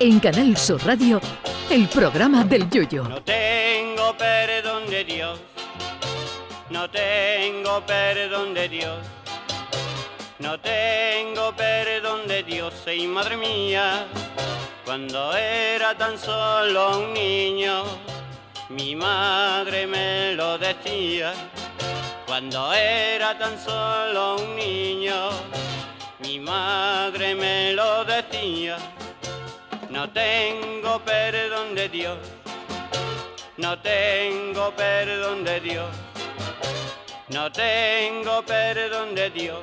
En Canal Sur Radio, el programa del Yoyo. No tengo perdón de Dios, no tengo perdón de Dios, no tengo perdón de Dios, y madre mía, cuando era tan solo un niño, mi madre me lo decía. Cuando era tan solo un niño, mi madre me lo decía. No tengo perdón de Dios, no tengo perdón de Dios, no tengo perdón de Dios.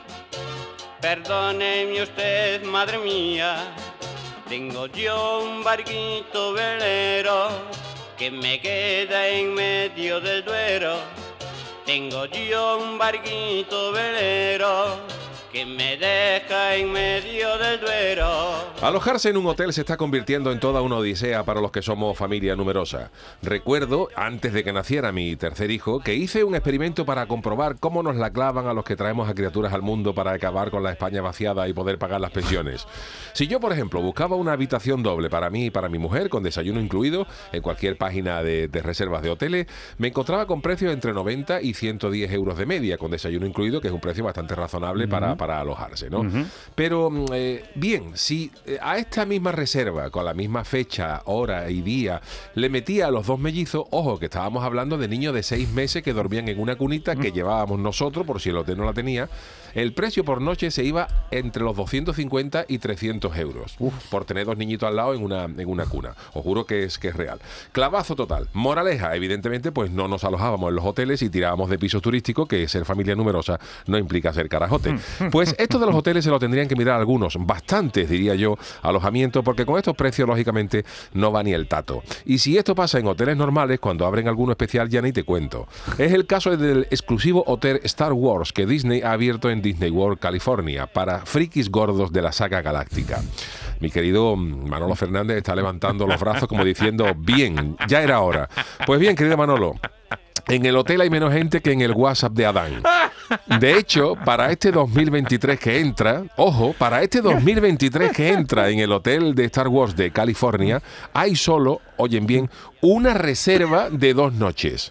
Perdóneme usted, madre mía, tengo yo un barquito velero que me queda en medio del Duero. Tengo yo un barquito velero que me deja en medio del Duero. Alojarse en un hotel se está convirtiendo en toda una odisea para los que somos familia numerosa. Recuerdo, antes de que naciera mi tercer hijo, que hice un experimento para comprobar cómo nos la clavan a los que traemos a criaturas al mundo para acabar con la España vaciada y poder pagar las pensiones. Si yo, por ejemplo, buscaba una habitación doble para mí y para mi mujer, con desayuno incluido, en cualquier página de reservas de hoteles, me encontraba con precios entre 90 y 110 euros de media, con desayuno incluido, que es un precio bastante razonable para alojarse, ¿no? Pero, bien, si a esta misma reserva, con la misma fecha, hora y día, le metía a los dos mellizos, ojo, que estábamos hablando de niños de 6 meses que dormían en una cunita que llevábamos nosotros, por si el hotel no la tenía, el precio por noche se iba entre los 250 y 300 euros por tener dos niñitos al lado en una cuna. Os juro que es real. Clavazo total. Moraleja, evidentemente, pues no nos alojábamos en los hoteles y tirábamos de pisos turísticos, que ser familia numerosa no implica ser carajote. Pues esto de los hoteles se lo tendrían que mirar algunos, bastantes, diría yo, alojamientos, porque con estos precios, lógicamente, no va ni el tato. Y si esto pasa en hoteles normales, cuando abren alguno especial ya ni te cuento. Es el caso del exclusivo hotel Star Wars que Disney ha abierto en Disney World, California, para frikis gordos de la saga galáctica. Mi querido Manolo Fernández está levantando los brazos como diciendo, bien, ya era hora. Pues bien, querido Manolo, en el hotel hay menos gente que en el WhatsApp de Adán. De hecho, para este 2023 que entra, ojo, para este 2023 que entra en el hotel de Star Wars de California, hay solo, oyen bien, una reserva de 2 noches.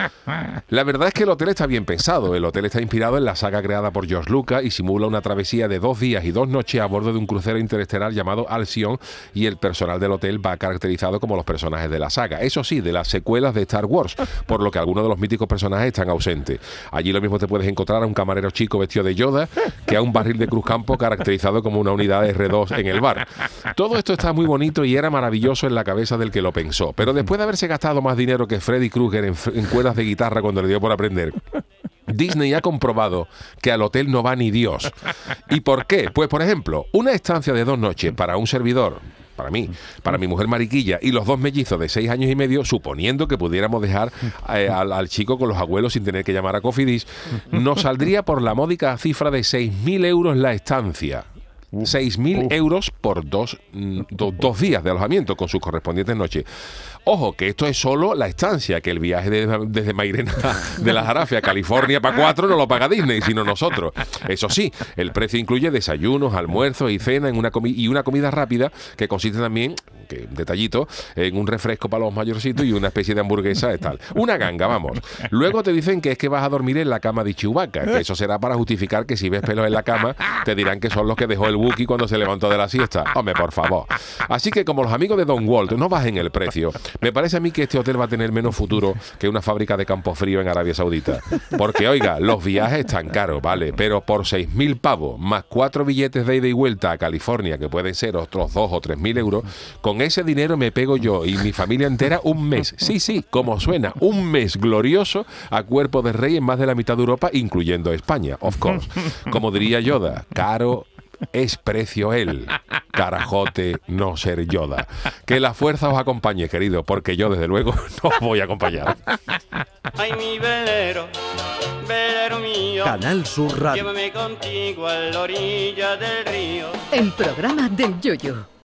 La verdad es que el hotel está bien pensado. El hotel está inspirado en la saga creada por George Lucas y simula una travesía de 2 días y 2 noches a bordo de un crucero interestelar llamado Alcyon, y el personal del hotel va caracterizado como los personajes de la saga. Eso sí, de las secuelas de Star Wars, por lo que algunos de los míticos personajes están ausentes. Allí lo mismo te puedes encontrar a un camarero chico vestido de Yoda que a un barril de Cruzcampo caracterizado como una unidad R2 en el bar. Todo esto está muy bonito y era maravilloso en la cabeza del que lo pensó, pero después de haberse gastado más dinero que Freddy Krueger en cuerdas de guitarra cuando le dio por aprender, Disney ha comprobado que al hotel no va ni Dios. ¿Y por qué? Pues, por ejemplo, una estancia de 2 noches para un servidor, para mí, para mi mujer Mariquilla y los 2 mellizos de 6 años y medio, suponiendo que pudiéramos dejar al chico con los abuelos sin tener que llamar a Cofidis, nos saldría por la módica cifra de 6.000 euros la estancia. 6.000 euros por dos días de alojamiento con sus correspondientes noches. Ojo, que esto es solo la estancia, que el viaje desde Mairena de la Jarafia a California para 4 no lo paga Disney, sino nosotros. Eso sí, el precio incluye desayunos, almuerzos y cena y una comida rápida que consiste también, que detallito, en un refresco para los mayorcitos y una especie de hamburguesa y tal. Una ganga, vamos. Luego te dicen que es que vas a dormir en la cama de Chewbacca, que eso será para justificar que si ves pelos en la cama, te dirán que son los que dejó el Wookiee cuando se levantó de la siesta. Hombre, por favor. Así que como los amigos de Don Walt no bajen el precio, me parece a mí que este hotel va a tener menos futuro que una fábrica de campo frío en Arabia Saudita. Porque, oiga, los viajes están caros, ¿vale? Pero por 6.000 pavos, más 4 billetes de ida y vuelta a California, que pueden ser otros 2 o 3.000 euros, con ese dinero me pego yo y mi familia entera un mes. Sí, como suena, un mes glorioso a cuerpo de rey en más de la mitad de Europa, incluyendo España, of course. Como diría Yoda, caro es precio él, carajote no ser Yoda. Que la fuerza os acompañe, querido, porque yo desde luego no os voy a acompañar. Ay, mi velero, velero mío, Canal Sur Radio. llévame contigo a la orilla del río. El programa del Yoyo.